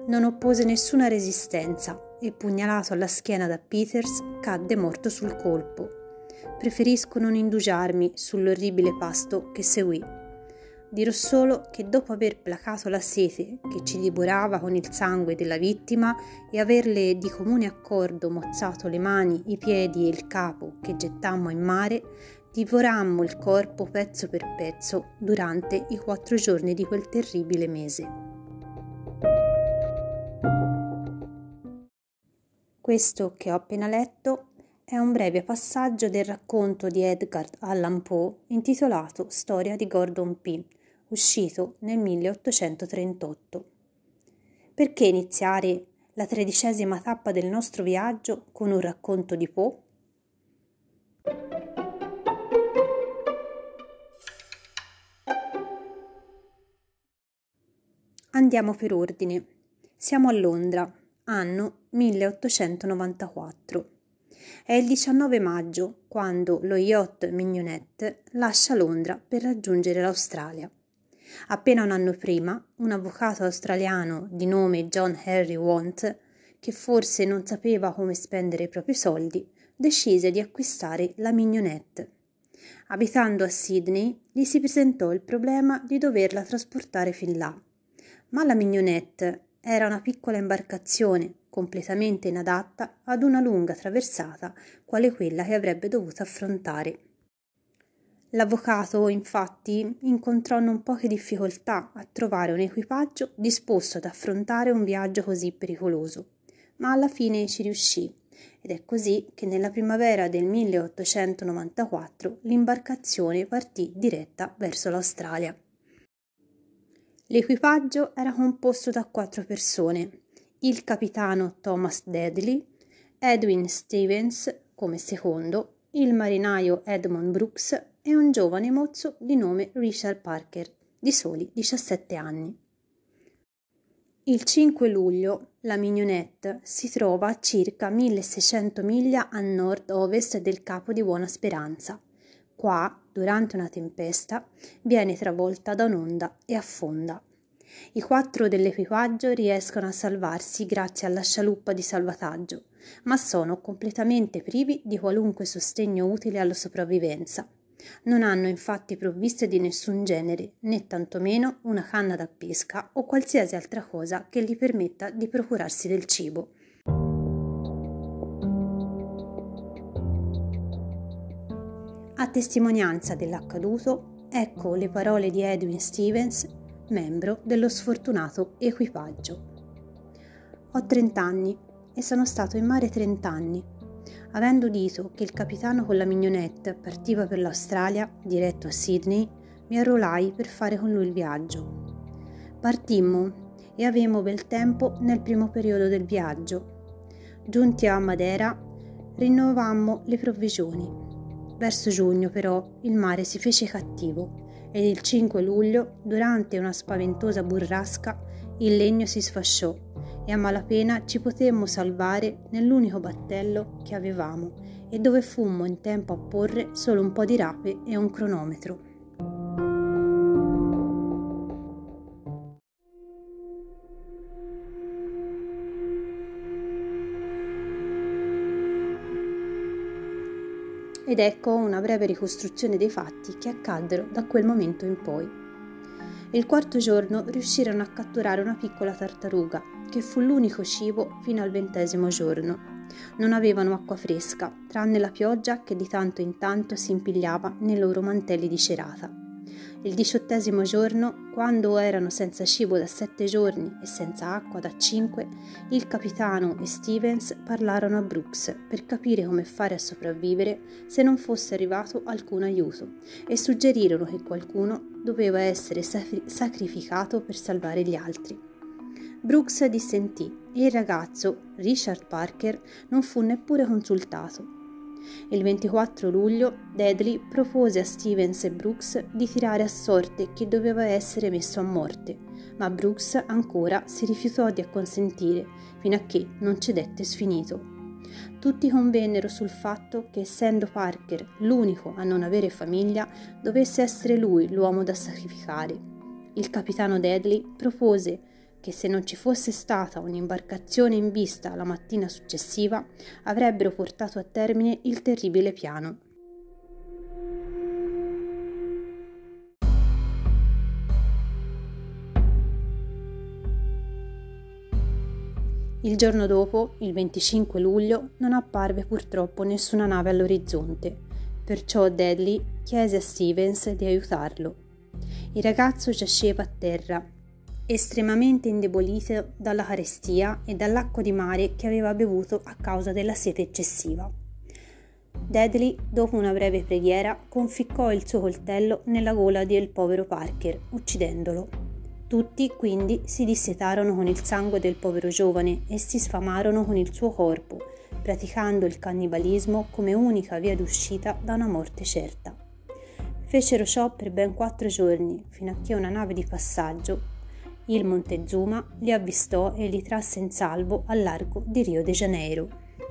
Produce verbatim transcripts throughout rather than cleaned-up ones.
non oppose nessuna resistenza e, pugnalato alla schiena da Peters, cadde morto sul colpo. Preferisco non indugiarmi sull'orribile pasto che seguì. Dirò solo che dopo aver placato la sete che ci divorava con il sangue della vittima e averle di comune accordo mozzato le mani, i piedi e il capo che gettammo in mare, divorammo il corpo pezzo per pezzo durante i quattro giorni di quel terribile mese. Questo che ho appena letto è un breve passaggio del racconto di Edgar Allan Poe intitolato Storia di Gordon Pym, uscito nel milleottocentotrentotto. Perché iniziare la tredicesima tappa del nostro viaggio con un racconto di Poe? Andiamo per ordine. Siamo a Londra, anno milleottocentonovantaquattro. È il diciannove maggio, quando lo yacht Mignonette lascia Londra per raggiungere l'Australia. Appena un anno prima, un avvocato australiano di nome John Henry Want, che forse non sapeva come spendere i propri soldi, decise di acquistare la Mignonette. Abitando a Sydney, gli si presentò il problema di doverla trasportare fin là. Ma la Mignonette era una piccola imbarcazione completamente inadatta ad una lunga traversata quale quella che avrebbe dovuto affrontare. L'avvocato, infatti, incontrò non poche difficoltà a trovare un equipaggio disposto ad affrontare un viaggio così pericoloso, ma alla fine ci riuscì, ed è così che nella primavera del milleottocentonovantaquattro l'imbarcazione partì diretta verso l'Australia. L'equipaggio era composto da quattro persone: il capitano Thomas Dudley, Edwin Stevens come secondo, il marinaio Edmund Brooks e un giovane mozzo di nome Richard Parker, di soli diciassette anni. Il cinque luglio la Mignonette si trova a circa milleseicento miglia a nord-ovest del Capo di Buona Speranza. Qua, durante una tempesta, viene travolta da un'onda e affonda. I quattro dell'equipaggio riescono a salvarsi grazie alla scialuppa di salvataggio, ma sono completamente privi di qualunque sostegno utile alla sopravvivenza. Non hanno infatti provviste di nessun genere, né tantomeno una canna da pesca o qualsiasi altra cosa che gli permetta di procurarsi del cibo. A testimonianza dell'accaduto, ecco le parole di Edwin Stevens, membro dello sfortunato equipaggio. Ho trent'anni e sono stato in mare trent'anni. Avendo udito che il capitano con la Mignonette partiva per l'Australia, diretto a Sydney, mi arruolai per fare con lui il viaggio. Partimmo e avemmo bel tempo nel primo periodo del viaggio. Giunti a Madeira, rinnovammo le provvigioni. Verso giugno, però, il mare si fece cattivo ed il cinque luglio, durante una spaventosa burrasca, il legno si sfasciò e a malapena ci potemmo salvare nell'unico battello che avevamo e dove fummo in tempo a porre solo un po' di rape e un cronometro. Ed ecco una breve ricostruzione dei fatti che accaddero da quel momento in poi. Il quarto giorno riuscirono a catturare una piccola tartaruga, che fu l'unico cibo fino al ventesimo giorno. Non avevano acqua fresca, tranne la pioggia che di tanto in tanto si impigliava nei loro mantelli di cerata. Il diciottesimo giorno, quando erano senza cibo da sette giorni e senza acqua da cinque, il capitano e Stevens parlarono a Brooks per capire come fare a sopravvivere se non fosse arrivato alcun aiuto e suggerirono che qualcuno doveva essere sacrificato per salvare gli altri. Brooks dissentì e il ragazzo, Richard Parker, non fu neppure consultato. Il ventiquattro luglio Dudley propose a Stevens e Brooks di tirare a sorte chi doveva essere messo a morte, ma Brooks ancora si rifiutò di acconsentire fino a che non cedette sfinito. Tutti convennero sul fatto che, essendo Parker l'unico a non avere famiglia, dovesse essere lui l'uomo da sacrificare. Il capitano Dudley propose che se non ci fosse stata un'imbarcazione in vista la mattina successiva, avrebbero portato a termine il terribile piano. Il giorno dopo, il venticinque luglio, non apparve purtroppo nessuna nave all'orizzonte, perciò Dudley chiese a Stevens di aiutarlo. Il ragazzo giaceva a terra, estremamente indebolito dalla carestia e dall'acqua di mare che aveva bevuto a causa della sete eccessiva. Dudley, dopo una breve preghiera, conficcò il suo coltello nella gola del povero Parker, uccidendolo. Tutti quindi si dissetarono con il sangue del povero giovane e si sfamarono con il suo corpo, praticando il cannibalismo come unica via d'uscita da una morte certa. Fecero ciò per ben quattro giorni, fino a che una nave di passaggio, il Montezuma, li avvistò e li trasse in salvo al largo di Rio de Janeiro.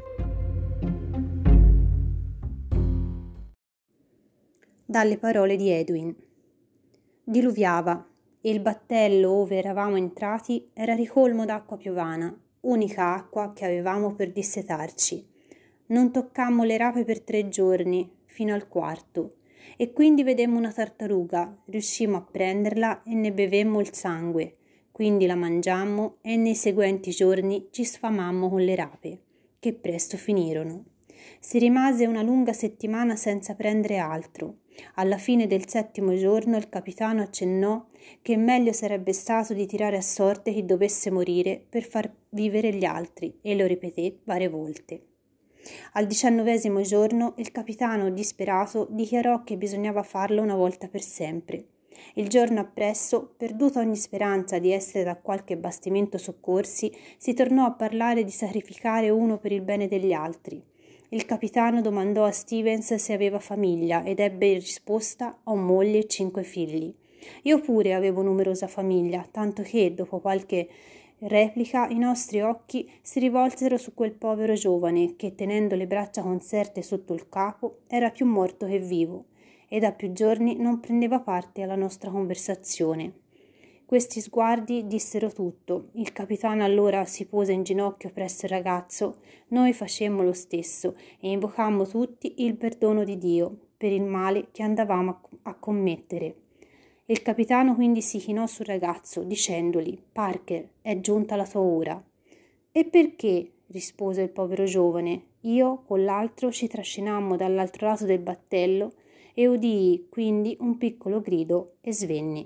Dalle parole di Edwin. Diluviava e il battello ove eravamo entrati era ricolmo d'acqua piovana, unica acqua che avevamo per dissetarci. Non toccammo le rape per tre giorni, fino al quarto, e quindi vedemmo una tartaruga, riuscimmo a prenderla e ne bevemmo il sangue, quindi la mangiammo e nei seguenti giorni ci sfamammo con le rape, che presto finirono. Si rimase una lunga settimana senza prendere altro. Alla fine del settimo giorno il capitano accennò che meglio sarebbe stato di tirare a sorte chi dovesse morire per far vivere gli altri, e lo ripeté varie volte. Al diciannovesimo giorno il capitano, disperato, dichiarò che bisognava farlo una volta per sempre. Il giorno appresso, perduta ogni speranza di essere da qualche bastimento soccorsi, si tornò a parlare di sacrificare uno per il bene degli altri. Il capitano domandò a Stevens se aveva famiglia ed ebbe in risposta ho moglie e cinque figli. Io pure avevo numerosa famiglia, tanto che, dopo qualche replica, i nostri occhi si rivolsero su quel povero giovane che, tenendo le braccia conserte sotto il capo, era più morto che vivo, e da più giorni non prendeva parte alla nostra conversazione. Questi sguardi dissero tutto. Il capitano allora si pose in ginocchio presso il ragazzo, noi facemmo lo stesso e invocammo tutti il perdono di Dio per il male che andavamo a commettere. Il capitano quindi si chinò sul ragazzo, dicendogli: Parker, è giunta la tua ora. E perché? Rispose il povero giovane. Io con l'altro ci trascinammo dall'altro lato del battello e udii quindi un piccolo grido e svenni.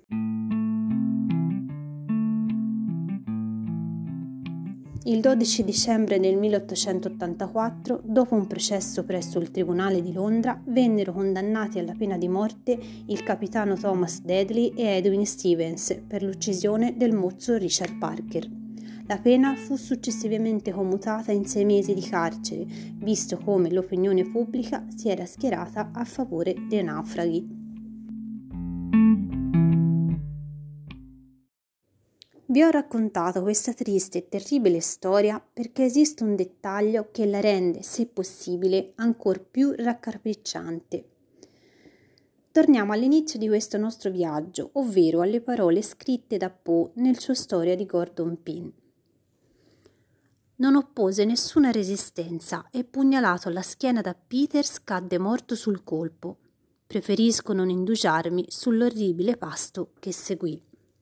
Il dodici dicembre del milleottocentottantaquattro, dopo un processo presso il Tribunale di Londra, vennero condannati alla pena di morte il capitano Thomas Dudley e Edwin Stevens per l'uccisione del mozzo Richard Parker. La pena fu successivamente commutata in sei mesi di carcere, visto come l'opinione pubblica si era schierata a favore dei naufraghi. Vi ho raccontato questa triste e terribile storia perché esiste un dettaglio che la rende, se possibile, ancor più raccapricciante. Torniamo all'inizio di questo nostro viaggio, ovvero alle parole scritte da Poe nel suo Storia di Gordon Pym. Non oppose nessuna resistenza e, pugnalato alla schiena da Peters, cadde morto sul colpo. Preferisco non indugiarmi sull'orribile pasto che seguì.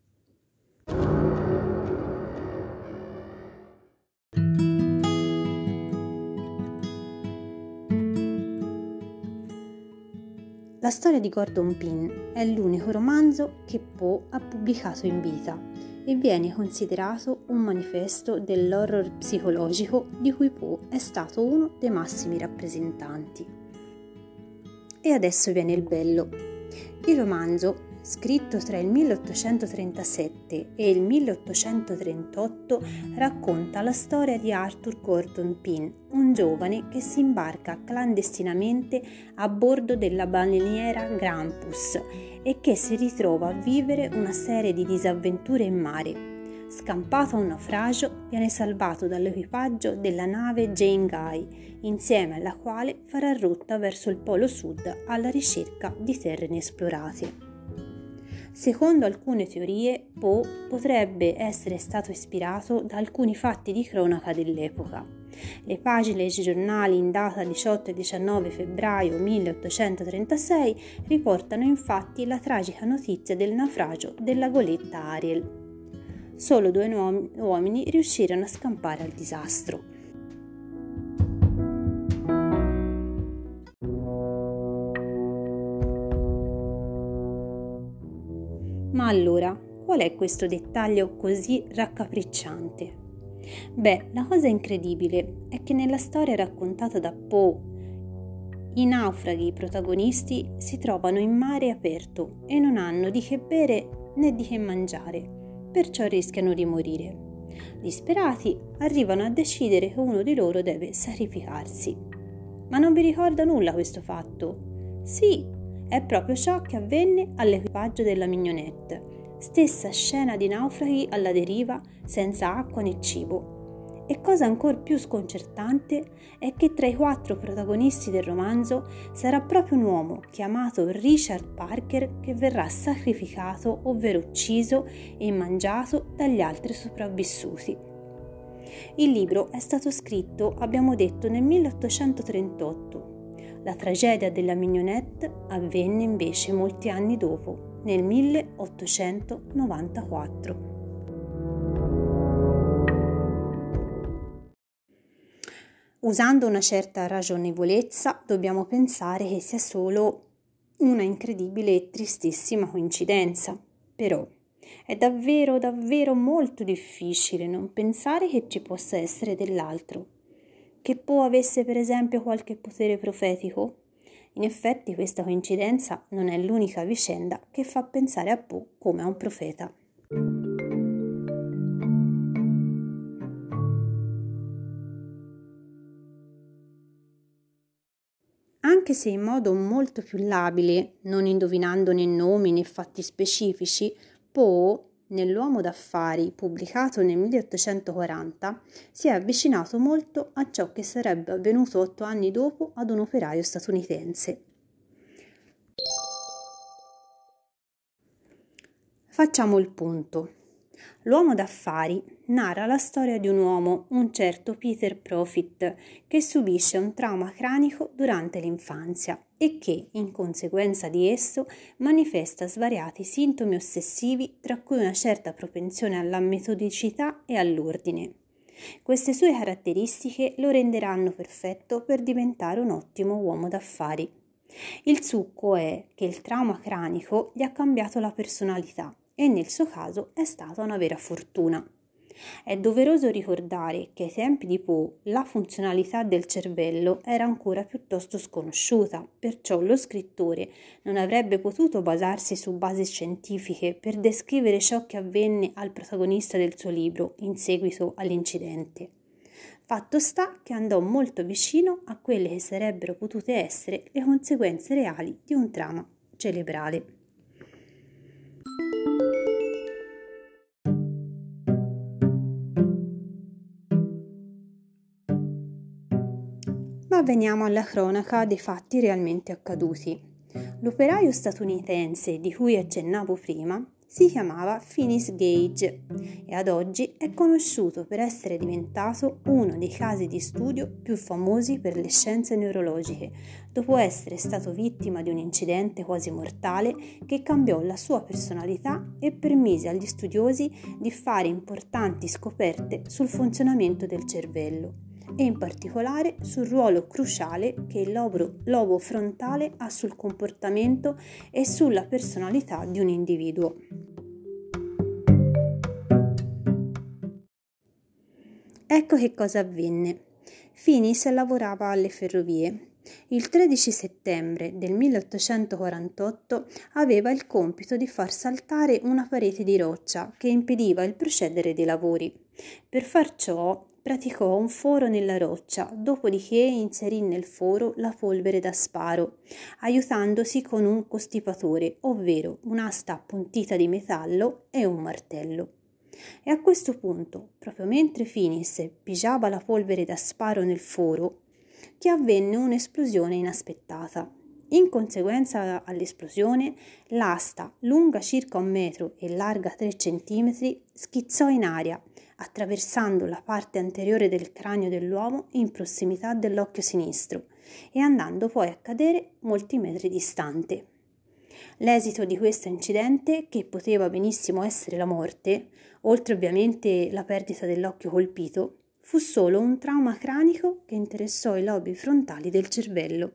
La storia di Gordon Pym è l'unico romanzo che Poe ha pubblicato in vita e viene considerato un manifesto dell'horror psicologico di cui Poe è stato uno dei massimi rappresentanti. E adesso viene il bello. Il romanzo, scritto tra il milleottocentotrentasette e il milleottocentotrentotto, racconta la storia di Arthur Gordon Pym, un giovane che si imbarca clandestinamente a bordo della baleniera Grampus e che si ritrova a vivere una serie di disavventure in mare. Scampato a un naufragio, viene salvato dall'equipaggio della nave Jane Guy, insieme alla quale farà rotta verso il Polo Sud alla ricerca di terre inesplorate. Secondo alcune teorie, Poe potrebbe essere stato ispirato da alcuni fatti di cronaca dell'epoca. Le pagine dei giornali in data diciotto e diciannove febbraio milleottocentotrentasei riportano infatti la tragica notizia del naufragio della goletta Ariel. Solo due uomini riuscirono a scampare al disastro. Ma allora, qual è questo dettaglio così raccapricciante? Beh, la cosa incredibile è che nella storia raccontata da Poe, i naufraghi protagonisti si trovano in mare aperto e non hanno di che bere né di che mangiare, perciò rischiano di morire. Disperati, arrivano a decidere che uno di loro deve sacrificarsi. Ma non vi ricorda nulla questo fatto? Sì, è proprio ciò che avvenne all'equipaggio della Mignonette. Stessa scena di naufraghi alla deriva, senza acqua né cibo. E cosa ancora più sconcertante è che tra i quattro protagonisti del romanzo sarà proprio un uomo chiamato Richard Parker che verrà sacrificato, ovvero ucciso e mangiato dagli altri sopravvissuti. Il libro è stato scritto, abbiamo detto, nel milleottocentotrentotto. La tragedia della Mignonette avvenne invece molti anni dopo, nel milleottocentonovantaquattro. Usando una certa ragionevolezza, dobbiamo pensare che sia solo una incredibile e tristissima coincidenza. Però è davvero, davvero molto difficile non pensare che ci possa essere dell'altro. Che Poe avesse per esempio qualche potere profetico? In effetti questa coincidenza non è l'unica vicenda che fa pensare a Poe come a un profeta. Anche se in modo molto più labile, non indovinando né nomi né fatti specifici, Poe, nell'Uomo d'affari, pubblicato nel milleottocentoquaranta, si è avvicinato molto a ciò che sarebbe avvenuto otto anni dopo ad un operaio statunitense. Facciamo il punto. L'Uomo d'affari narra la storia di un uomo, un certo Peter Profit, che subisce un trauma cranico durante l'infanzia e che, in conseguenza di esso, manifesta svariati sintomi ossessivi, tra cui una certa propensione alla metodicità e all'ordine. Queste sue caratteristiche lo renderanno perfetto per diventare un ottimo uomo d'affari. Il succo è che il trauma cranico gli ha cambiato la personalità e nel suo caso è stata una vera fortuna. È doveroso ricordare che ai tempi di Poe la funzionalità del cervello era ancora piuttosto sconosciuta, perciò lo scrittore non avrebbe potuto basarsi su basi scientifiche per descrivere ciò che avvenne al protagonista del suo libro in seguito all'incidente. Fatto sta che andò molto vicino a quelle che sarebbero potute essere le conseguenze reali di un trauma cerebrale. Ma veniamo alla cronaca dei fatti realmente accaduti. L'operaio statunitense di cui accennavo prima si chiamava Finis Gage e ad oggi è conosciuto per essere diventato uno dei casi di studio più famosi per le scienze neurologiche, dopo essere stato vittima di un incidente quasi mortale che cambiò la sua personalità e permise agli studiosi di fare importanti scoperte sul funzionamento del cervello e in particolare sul ruolo cruciale che il lobo, lobo frontale ha sul comportamento e sulla personalità di un individuo. Ecco che cosa avvenne. Finis lavorava alle ferrovie. Il tredici settembre del milleottocentoquarantotto aveva il compito di far saltare una parete di roccia che impediva il procedere dei lavori. Per far ciò praticò un foro nella roccia, dopodiché inserì nel foro la polvere da sparo, aiutandosi con un costipatore, ovvero un'asta appuntita di metallo e un martello. E a questo punto, proprio mentre Finis pigiava la polvere da sparo nel foro, che avvenne un'esplosione inaspettata. In conseguenza all'esplosione, l'asta, lunga circa un metro e larga tre centimetri, schizzò in aria, attraversando la parte anteriore del cranio dell'uomo in prossimità dell'occhio sinistro e andando poi a cadere molti metri distante. L'esito di questo incidente, che poteva benissimo essere la morte, oltre ovviamente la perdita dell'occhio colpito, fu solo un trauma cranico che interessò i lobi frontali del cervello.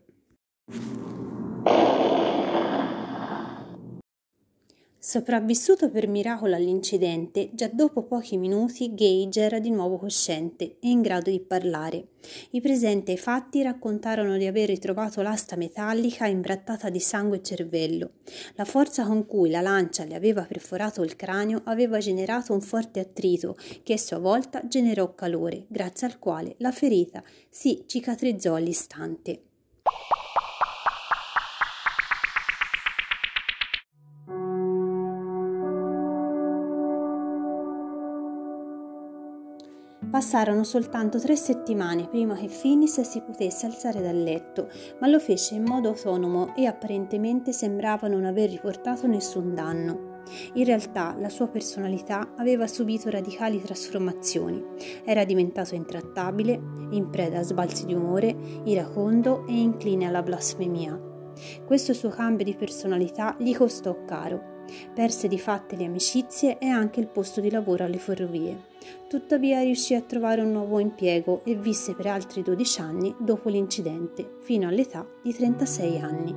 Sopravvissuto per miracolo all'incidente, già dopo pochi minuti Gage era di nuovo cosciente e in grado di parlare. I presenti ai fatti raccontarono di aver ritrovato l'asta metallica imbrattata di sangue e cervello. La forza con cui la lancia le aveva perforato il cranio aveva generato un forte attrito che a sua volta generò calore, grazie al quale la ferita si cicatrizzò all'istante. Passarono soltanto tre settimane prima che Finis si potesse alzare dal letto, ma lo fece in modo autonomo e apparentemente sembrava non aver riportato nessun danno. In realtà la sua personalità aveva subito radicali trasformazioni. Era diventato intrattabile, in preda a sbalzi di umore, iracondo e incline alla blasfemia. Questo suo cambio di personalità gli costò caro. Perse di fatto le amicizie e anche il posto di lavoro alle ferrovie. Tuttavia riuscì a trovare un nuovo impiego e visse per altri dodici anni dopo l'incidente, fino all'età di trentasei anni.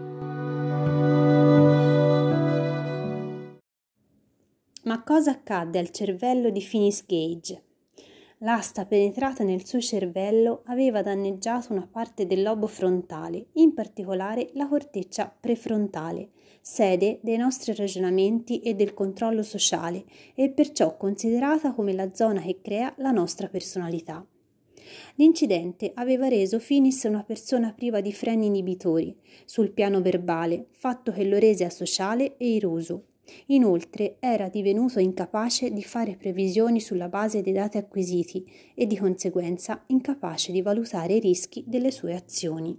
Ma cosa accadde al cervello di Finis Gage? L'asta penetrata nel suo cervello aveva danneggiato una parte del lobo frontale, in particolare la corteccia prefrontale, sede dei nostri ragionamenti e del controllo sociale e perciò considerata come la zona che crea la nostra personalità. L'incidente aveva reso Finis una persona priva di freni inibitori sul piano verbale, fatto che lo rese asociale e iroso. Inoltre era divenuto incapace di fare previsioni sulla base dei dati acquisiti e di conseguenza incapace di valutare i rischi delle sue azioni.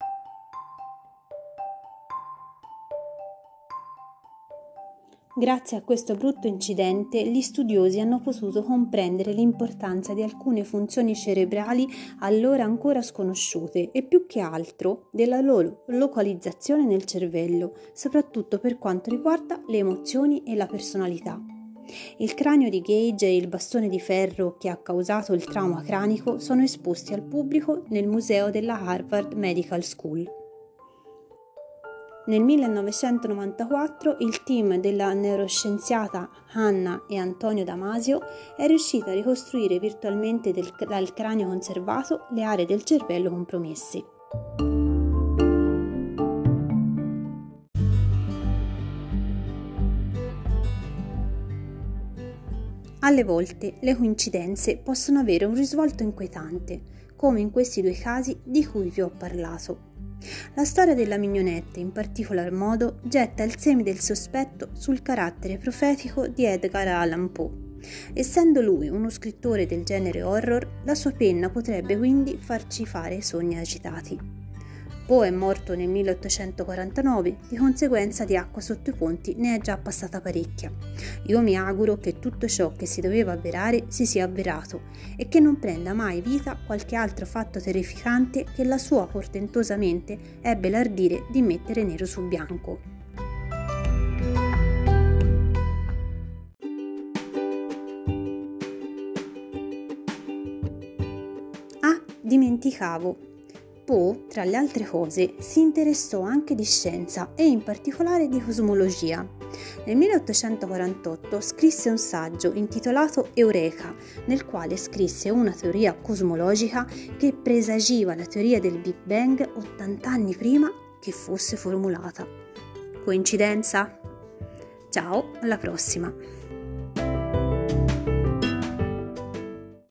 Grazie a questo brutto incidente, gli studiosi hanno potuto comprendere l'importanza di alcune funzioni cerebrali allora ancora sconosciute e più che altro della loro localizzazione nel cervello, soprattutto per quanto riguarda le emozioni e la personalità. Il cranio di Gage e il bastone di ferro che ha causato il trauma cranico sono esposti al pubblico nel museo della Harvard Medical School. Nel millenovecentonovantaquattro il team della neuroscienziata Anna e Antonio Damasio è riuscito a ricostruire virtualmente del, dal cranio conservato le aree del cervello compromesse. Alle volte le coincidenze possono avere un risvolto inquietante, come in questi due casi di cui vi ho parlato. La storia della mignonetta, in particolar modo, getta il seme del sospetto sul carattere profetico di Edgar Allan Poe. Essendo lui uno scrittore del genere horror, la sua penna potrebbe quindi farci fare sogni agitati. Poe è morto nel milleottocentoquarantanove, di conseguenza di acqua sotto i ponti ne è già passata parecchia. Io mi auguro che tutto ciò che si doveva avverare si sia avverato e che non prenda mai vita qualche altro fatto terrificante che la sua portentosamente ebbe l'ardire di mettere nero su bianco. Ah, dimenticavo! Poe, tra le altre cose, si interessò anche di scienza e in particolare di cosmologia. Nel milleottocentoquarantotto scrisse un saggio intitolato Eureka, nel quale scrisse una teoria cosmologica che presagiva la teoria del Big Bang ottanta anni prima che fosse formulata. Coincidenza? Ciao, alla prossima!